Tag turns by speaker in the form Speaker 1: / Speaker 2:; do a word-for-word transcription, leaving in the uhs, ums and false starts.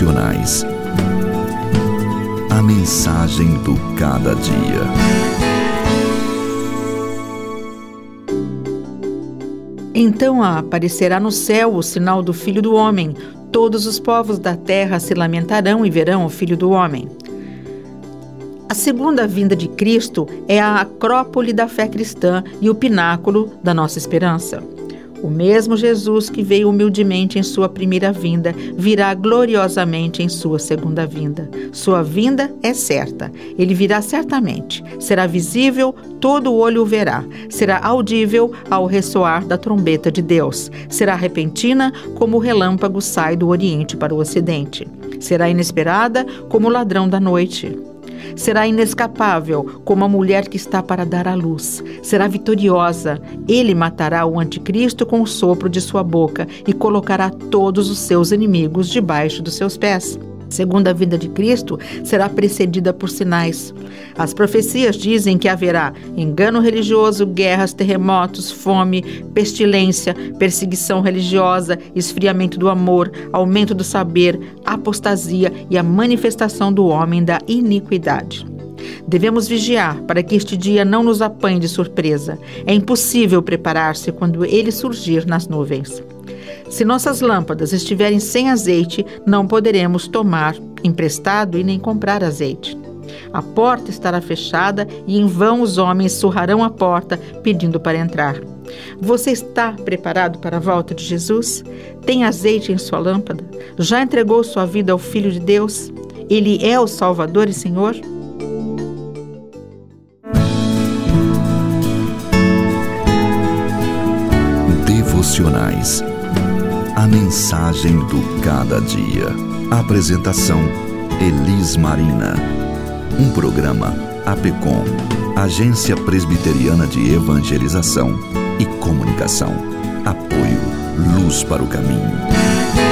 Speaker 1: Devocionais. A mensagem do cada dia.
Speaker 2: Então aparecerá no céu o sinal do Filho do Homem. Todos os povos da terra se lamentarão e verão o Filho do Homem. A segunda vinda de Cristo é a acrópole da fé cristã e o pináculo da nossa esperança. O mesmo Jesus que veio humildemente em sua primeira vinda, virá gloriosamente em sua segunda vinda. Sua vinda é certa. Ele virá certamente. Será visível, todo olho o verá. Será audível ao ressoar da trombeta de Deus. Será repentina, como o relâmpago sai do Oriente para o Ocidente. Será inesperada, como o ladrão da noite. Será inescapável, como a mulher que está para dar à luz. Será vitoriosa. Ele matará o anticristo com o sopro de sua boca e colocará todos os seus inimigos debaixo dos seus pés. A segunda vinda de Cristo será precedida por sinais. As profecias dizem que haverá engano religioso, guerras, terremotos, fome, pestilência, perseguição religiosa, esfriamento do amor, aumento do saber, apostasia e a manifestação do homem da iniquidade. Devemos vigiar para que este dia não nos apanhe de surpresa. É impossível preparar-se quando ele surgir nas nuvens. Se nossas lâmpadas estiverem sem azeite, não poderemos tomar emprestado e nem comprar azeite. A porta estará fechada e em vão os homens surrarão a porta pedindo para entrar. Você está preparado para a volta de Jesus? Tem azeite em sua lâmpada? Já entregou sua vida ao Filho de Deus? Ele é o Salvador e Senhor?
Speaker 1: Devocionais. A mensagem do cada dia. Apresentação: Elis Marina. Um programa APECOM, Agência Presbiteriana de Evangelização e Comunicação. Apoio Luz para o Caminho.